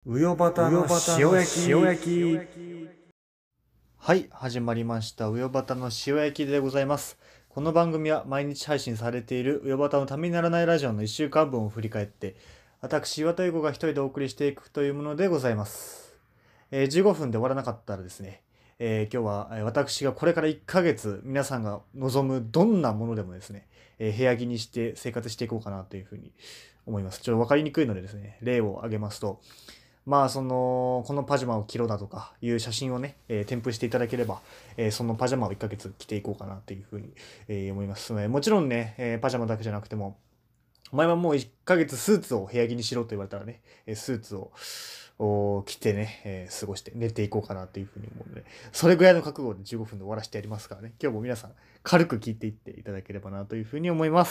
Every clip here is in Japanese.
うよばたの塩焼き。 はい、始まりました。うよばたの塩焼きでございます。この番組は毎日配信されているうよばたのためにならないラジオの1週間分を振り返って、私、岩田優子が一人でお送りしていくというものでございます。15分で終わらなかったらですね、今日は私がこれから1ヶ月皆さんが望むどんなものでもですね、部屋着にして生活していこうかなというふうに思います。ちょっと分かりにくいのでですね、例を挙げますと、このパジャマを着ろだとかいう写真をね、添付していただければ、そのパジャマを1ヶ月着ていこうかなというふうに、思います。もちろんね、パジャマだけじゃなくても、お前はもう1ヶ月スーツを部屋着にしろと言われたらね、スーツを着てね、過ごして寝ていこうかなというふうに思うので、それぐらいの覚悟で15分で終わらせてやりますからね、今日も皆さん軽く聞いていっていただければなというふうに思います。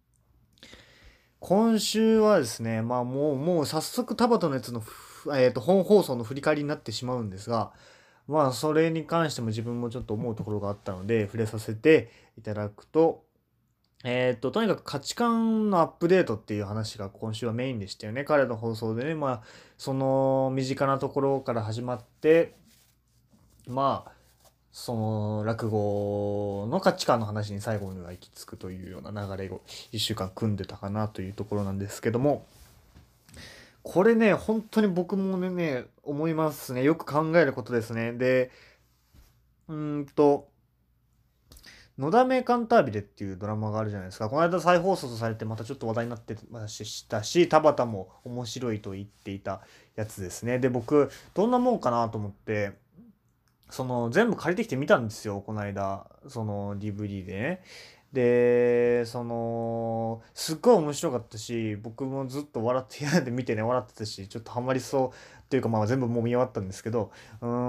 今週はですね、もう早速田畑のやつの本放送の振り返りになってしまうんですが、それに関しても自分もちょっと思うところがあったので、触れさせていただくと、とにかく価値観のアップデートっていう話が今週はメインでしたよね。彼の放送でね、その身近なところから始まって、まあ、その落語の価値観の話に最後には行き着くというような流れを1週間組んでたかなというところなんですけども、これね、本当に僕もね、思いますね。よく考えることですね。で、うーんと、のだめカンタービレっていうドラマがあるじゃないですか。この間再放送されてまたちょっと話題になってましたし、田畑も面白いと言っていたやつですね。で、僕、どんなもんかなと思って、全部借りてきてみたんですよ、この間。DVD でね。で、すっごい面白かったし、僕もずっと笑って、部屋で見てね、笑ってたし、ちょっとハマりそうっていうか、全部もう見終わったんですけど、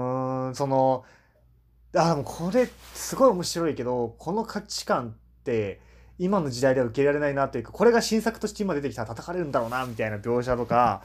でもこれ、すごい面白いけど、この価値観って、今の時代では受け入れられないなというか、これが新作として今出てきたら叩かれるんだろうな、みたいな描写とか、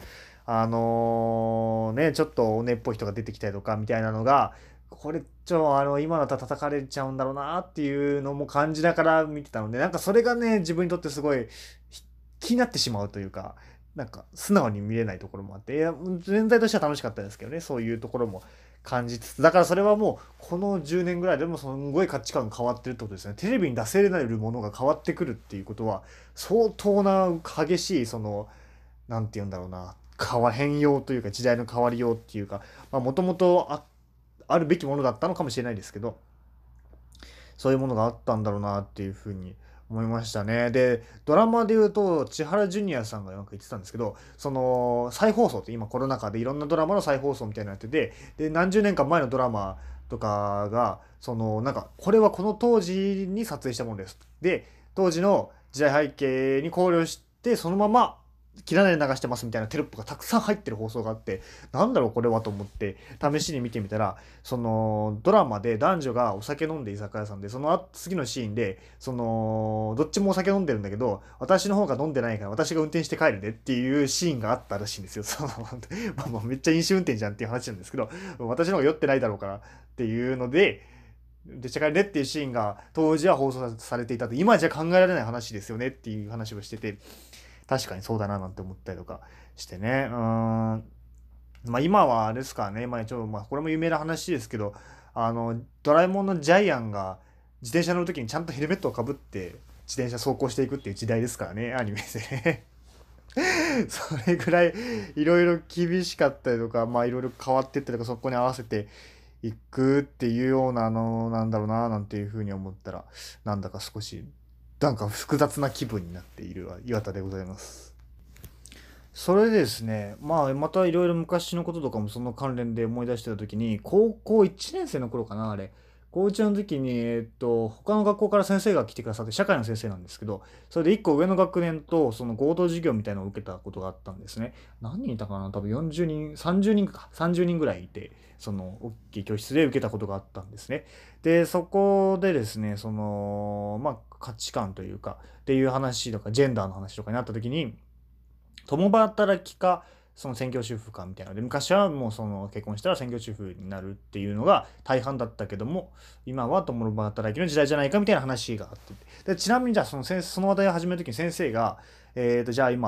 ちょっとおねっぽい人が出てきたりとか、みたいなのが、これ今だったら叩かれちゃうんだろうなっていうのも感じながら見てたので、なんかそれがね、自分にとってすごい気になってしまうというか、なんか素直に見れないところもあって、いや、全体としては楽しかったですけどね、そういうところも感じつつ、だからそれはもう、この10年ぐらいでもすごい価値観が変わってるってことですね。テレビに出せれないものが変わってくるっていうことは、相当な激しい、なんて言うんだろうな、変容というか、時代の変わりようっていうか、もともとあるべきものだったのかもしれないですけど、そういうものがあったんだろうなっていうふうに思いましたね。で、ドラマで言うと、千原ジュニアさんがなんか言ってたんですけど、再放送って今コロナ禍でいろんなドラマの再放送みたいなのやってて、で、何十年間前のドラマとかが、なんか、これはこの当時に撮影したものです。で、当時の時代背景に考慮して、そのまま切らないで流してますみたいなテロップがたくさん入ってる放送があって、なんだろうこれはと思って試しに見てみたら、ドラマで男女がお酒飲んで居酒屋さんで、その次のシーンで、どっちもお酒飲んでるんだけど、私の方が飲んでないから私が運転して帰るねっていうシーンがあったらしいんですよ。めっちゃ飲酒運転じゃんっていう話なんですけど、私の方が酔ってないだろうからっていうので、で、社会ねっていうシーンが当時は放送されていたと、今じゃ考えられない話ですよねっていう話をしてて、確かにそうだななんて思ったりとかしてね。今はあれですからね、これも有名な話ですけど、ドラえもんのジャイアンが自転車乗るときにちゃんとヘルメットをかぶって自転車走行していくっていう時代ですからね、アニメでね。それぐらいいろいろ厳しかったりとか、いろいろ変わっていったりとか、そこに合わせていくっていうような、なんだろうな、なんていうふうに思ったら、なんだか少し、なんか複雑な気分になっている岩田でございます。それでですね、またいろいろ昔のこととかもその関連で思い出してた時に、高校1年生の頃かな、あれ。高1の時に、他の学校から先生が来てくださって、社会の先生なんですけど、それで1個上の学年と、その合同授業みたいなのを受けたことがあったんですね。何人いたかな多分40人、30人か、30人ぐらいいて、大きい教室で受けたことがあったんですね。で、そこでですね、価値観というか、っていう話とか、ジェンダーの話とかになった時に、共働きかその専業主婦かみたいなので、昔はもう結婚したら専業主婦になるっていうのが大半だったけども、今は共働きの時代じゃないかみたいな話があって、でちなみにじゃあその話題を始める時に先生がじゃあ今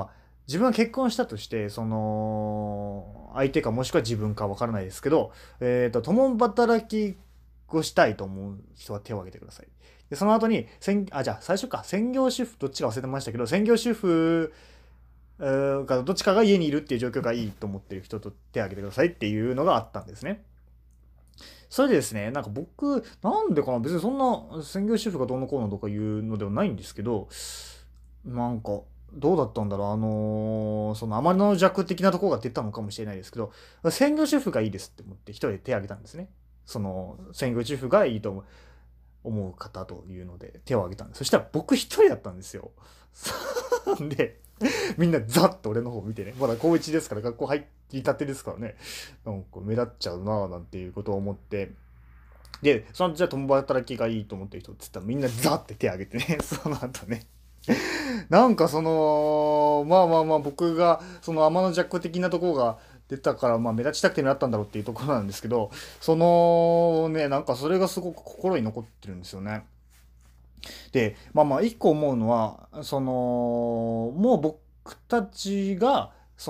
自分は結婚したとして、相手かもしくは自分かわからないですけど、共働きをしたいと思う人は手を挙げてください。で、その後に、じゃあ最初か、専業主婦、どっちか忘れてましたけど、専業主婦がどっちかが家にいるっていう状況がいいと思ってる人と手を挙げてくださいっていうのがあったんですね。それでですね、なんか僕、なんでかな、別にそんな専業主婦がどうのこうのとかいうのではないんですけど、なんか、どうだったんだろう、その天の弱的なところが出たのかもしれないですけど、専業主婦がいいですって思って一人で手を挙げたんですね。その専業主婦がいいと思う方というので手を挙げたんです。そしたら僕一人だったんですよ。で、みんなザッと俺の方を見てね、まだ高1ですから学校入りたてですからね、なんか目立っちゃうなぁなんていうことを思って、で、じゃあ共働きがいいと思ってる人って言ったらみんなザッて手を挙げてね、その後ね。なんかまあ僕がその天の弱的なところが出たからまあ目立ちたくてなったんだろうっていうところなんですけど、なんかそれがすごく心に残ってるんですよね。で、一個思うのは、もう僕たちが、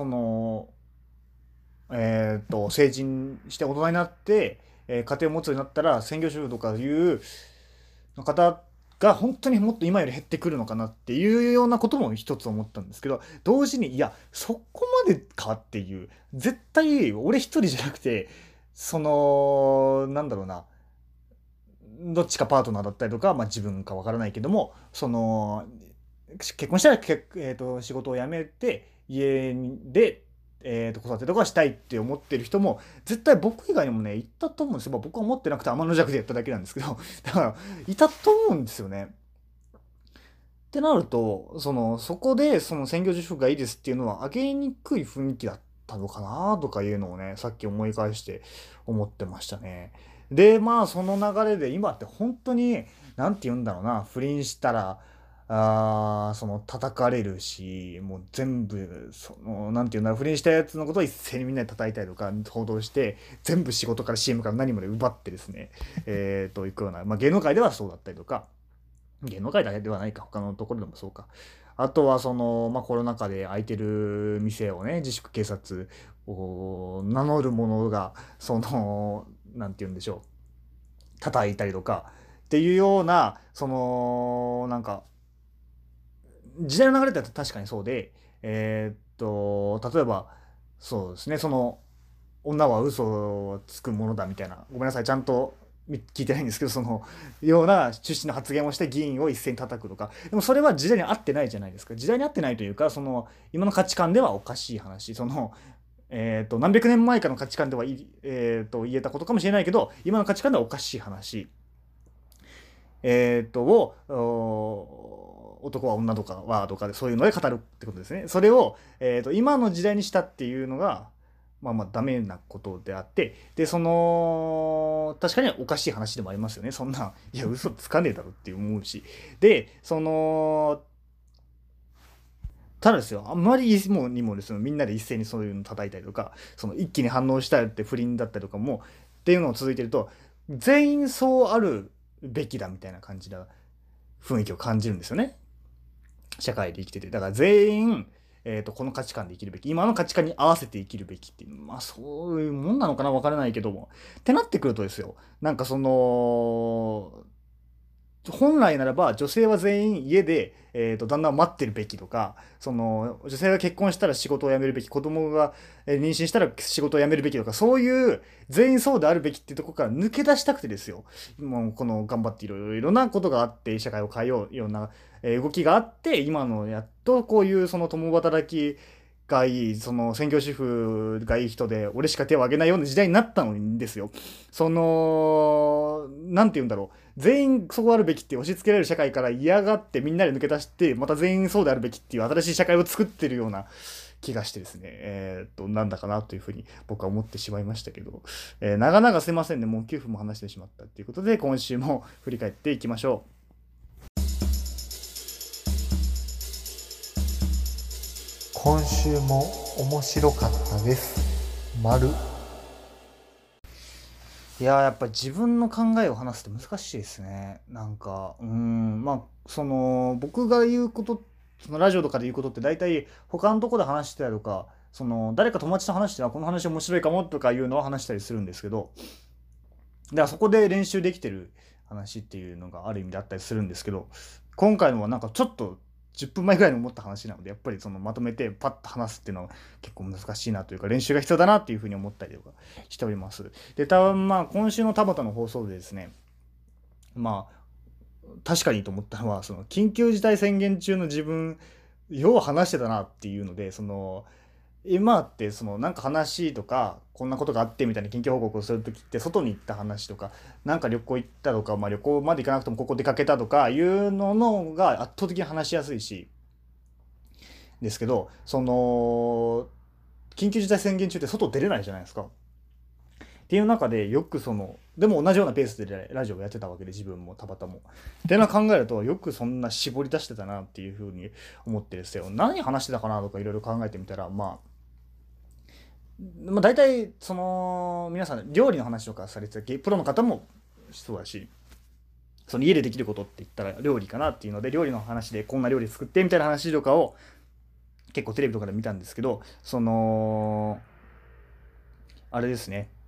成人して大人になって、家庭を持つようになったら、専業主婦とかいう方が本当にもっと今より減ってくるのかなっていうようなことも一つ思ったんですけど、同時に、いや、そこまでかっていう、絶対俺一人じゃなくて、なんだろうな、どっちかパートナーだったりとか、自分かわからないけども、結婚したら仕事を辞めて、家で、子育てとかしたいって思ってる人も、絶対僕以外にもね、いたと思うんですよ。僕は思ってなくて天の弱でやっただけなんですけど、だから、いたと思うんですよね。ってなると、そこで、専業主婦がいいですっていうのは、上げにくい雰囲気だったのかなとかいうのをね、さっき思い返して思ってましたね。で、その流れで今って本当に、なんて言うんだろうな、不倫したら、叩かれるし、もう全部、なんて言うんだろう、不倫したやつのことを一斉にみんなで叩いたりとか、報道して、全部仕事から CM から何まで奪ってですね、行くような、芸能界ではそうだったりとか、芸能界だけではないか、他のところでもそうか。あとは、コロナ禍で開いてる店をね、自粛警察を名乗る者が、なんて言うんでしょう、叩いたりとか、っていうような、なんか、時代の流れって確かにそうで、例えば、そうですね、女は嘘をつくものだみたいな、ごめんなさい、ちゃんと聞いてないんですけど、ような趣旨の発言をして議員を一斉に叩くとか、でもそれは時代に合ってないじゃないですか。時代に合ってないというか、今の価値観ではおかしい話、何百年前かの価値観では言えたことかもしれないけど、今の価値観ではおかしい話、男は女とかはとかでそういうので語るってことですね。それを、今の時代にしたっていうのが、ダメなことであって、で、確かにおかしい話でもありますよね。そんな、いや、嘘つかねえだろって思うし。で、ただですよ、あんまりにもですよ、みんなで一斉にそういうの叩いたりとか、一気に反応したりって不倫だったりとかも、っていうのを続いてると、全員そうあるべきだみたいな感じな雰囲気を感じるんですよね。社会で生きてて。だから全員、この価値観で生きるべき。今の価値観に合わせて生きるべきっていう。そういうもんなのかなわからないけども。ってなってくるとですよ。なんか本来ならば女性は全員家で、旦那を待ってるべきとか、女性が結婚したら仕事を辞めるべき、子供が妊娠したら仕事を辞めるべきとか、そういう全員そうであるべきっていうところから抜け出したくてですよ。もう頑張っていろいろなことがあって、社会を変えようような動きがあって、今のやっとこういう共働きがいい、専業主婦がいい人で、俺しか手を挙げないような時代になったんですよ。なんて言うんだろう。全員そうあるべきって押し付けられる社会から嫌がってみんなで抜け出して、また全員そうであるべきっていう新しい社会を作ってるような気がしてですね、なんだかなというふうに僕は思ってしまいましたけど、長々すいませんね、もう9分も話してしまったということで、今週も振り返っていきましょう。 今週も面白かったです。丸。 いやー、やっぱ自分の考えを話すって難しいですね。なんか、僕が言うことっそのラジオとかで言うことって大体他のとこで話してたりとか、誰か友達と話してこの話面白いかもとかいうのを話したりするんですけど、だからそこで練習できてる話っていうのがある意味であったりするんですけど、今回のはなんかちょっと10分前ぐらいに思った話なので、やっぱりまとめてパッと話すっていうのは結構難しいなというか、練習が必要だなっていうふうに思ったりとかしております。で、今週の田端の放送でですね、確かにと思ったのは、緊急事態宣言中の自分よう話してたなっていうので、今ってなんか話とかこんなことがあってみたいな緊急報告をするときって外に行った話とかなんか旅行行ったとか、旅行まで行かなくてもここ出かけたとかいうのが圧倒的に話しやすいしですけど、緊急事態宣言中って外出れないじゃないですか。っていう中でよくでも同じようなペースでラジオをやってたわけで、自分も田端も。っていうのを考えると、よくそんな絞り出してたなっていうふうに思ってですよ。何話してたかなとかいろいろ考えてみたら、大体皆さん料理の話とかされてたプロの方もそうだし、家でできることって言ったら料理かなっていうので、料理の話でこんな料理作ってみたいな話とかを結構テレビとかで見たんですけど、あれですね、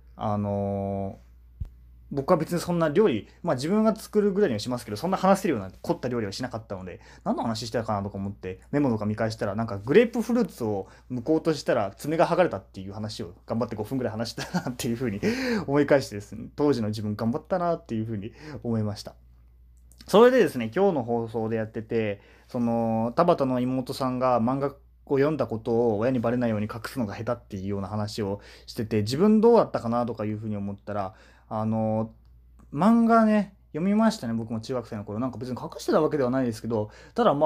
僕は別にそんな料理、自分が作るぐらいにはしますけど、そんな話せるような凝った料理はしなかったので、何の話してたかなとか思ってメモとか見返したら、なんかグレープフルーツを剥こうとしたら爪が剥がれたっていう話を頑張って5分ぐらい話したなっていうふうに思い返してですね、当時の自分頑張ったなっていうふうに思いました。それでですね、今日の放送でやってて、田端の妹さんが漫画を読んだことを親にバレないように隠すのが下手っていうような話をしてて、自分どうだったかなとかいうふうに思ったら、漫画ね、読みましたね、僕も中学生の頃。なんか別に隠してたわけではないですけど、ただ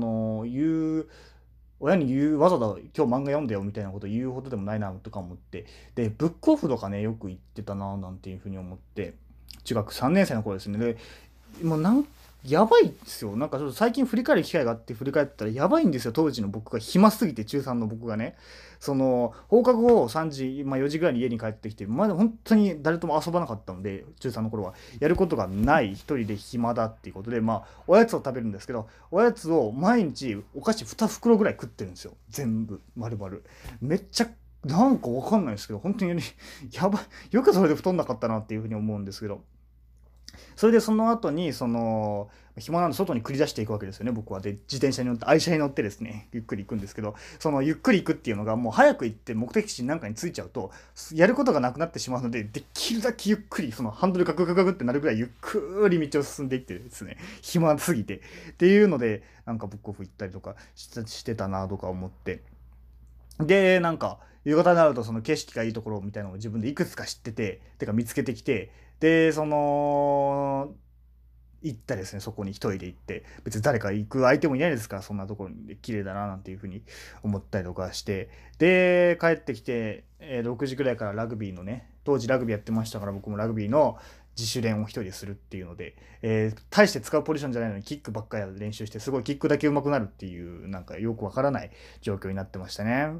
親に言う、わざわざ今日漫画読んでよみたいなこと言うほどでもないなとか思って、で、ブックオフとかね、よく行ってたななんていうふうに思って、中学3年生の頃ですね。で、もうやばいですよ。なんかちょっと最近振り返る機会があって振り返ったらやばいんですよ。当時の僕が暇すぎて、中3の僕がね。放課後3時、4時ぐらいに家に帰ってきて、まだ本当に誰とも遊ばなかったので、中3の頃は。やることがない、一人で暇だっていうことで、おやつを食べるんですけど、おやつを毎日お菓子2袋ぐらい食ってるんですよ。全部、丸々。めっちゃ、なんかわかんないですけど、本当にやばい。よくそれで太んなかったなっていうふうに思うんですけど。それでその後に暇なので外に繰り出していくわけですよね、僕は。で、自転車に乗って愛車に乗ってですね、ゆっくり行くんですけど、ゆっくり行くっていうのがもう早く行って目的地になんかに着いちゃうとやることがなくなってしまうので、できるだけゆっくりハンドルガクガクガクってなるぐらいゆっくり道を進んでいってですね、暇すぎてっていうので、なんかブックオフ行ったりとかしてたなとか思って。で、なんか夕方になるとその景色がいいところみたいなのを自分でいくつか知ってて、てか見つけてきて、で、行ったですね、そこに一人で行って、別に誰か行く相手もいないですから、そんなところに綺麗だななんていうふうに思ったりとかして、で、帰ってきて、6時ぐらいからラグビーのね、当時ラグビーやってましたから、僕もラグビーの自主練を一人でするっていうので、大して使うポジションじゃないのにキックばっかり練習して、すごいキックだけ上手くなるっていう、なんかよくわからない状況になってましたね。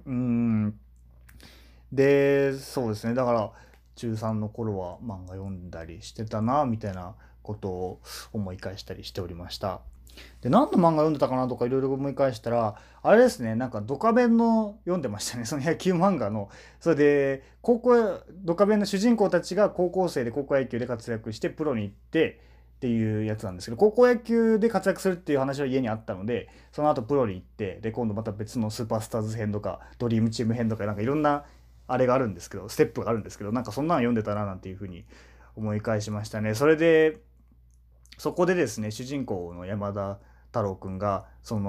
で、そうですね。だから、中3の頃は漫画読んだりしてたな、みたいなことを思い返したりしておりました。で、何の漫画読んでたかなとかいろいろ思い返したら、あれですね、なんかドカベンの読んでましたね。その野球漫画の。それで、ドカベンの主人公たちが高校生で高校野球で活躍してプロに行って、っていうやつなんですけど、高校野球で活躍するっていう話は家にあったので、その後プロに行って、で、今度また別のスーパースターズ編とか、ドリームチーム編とか、なんかいろんなあれがあるんですけど、ステップがあるんですけど、なんかそんなの読んでたななんていうふうに思い返しましたね。それで、そこでですね、主人公の山田太郎くんが、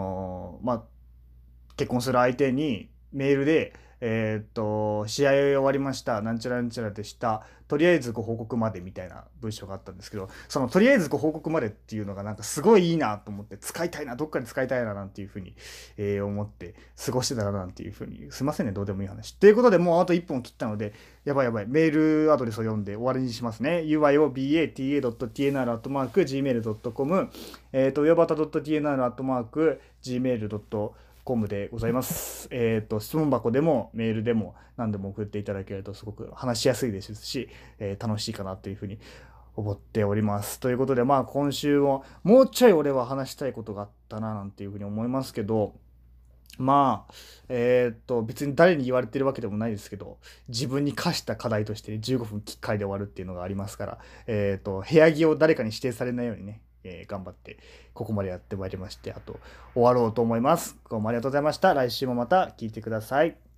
結婚する相手にメールで、試合終わりました。なんちゃらなんちゃらでした。とりあえずご報告までみたいな文章があったんですけど、そのとりあえずご報告までっていうのがなんかすごいいいなと思って、使いたいな、どっかで使いたいななんていうふうに、思って過ごしてたらなんていうふうに、すいませんね、どうでもいい話。ということでもうあと1本切ったので、やばいやばい、メールアドレスを読んで終わりにしますね。uyobata.tnr.gmail.com、よばた .tnr.gmail.comコムでございます。質問箱でもメールでも何でも送っていただけるとすごく話しやすいですし、楽しいかなというふうに思っております。ということで、まあ今週ももうちょい俺は話したいことがあったななんていうふうに思いますけど、まあ、別に誰に言われてるわけでもないですけど、自分に課した課題として15分きっかりで終わるっていうのがありますから、部屋着を誰かに指定されないようにね、頑張ってここまでやってまいりまして、あと終わろうと思います。どうもありがとうございました。来週もまた聞いてください。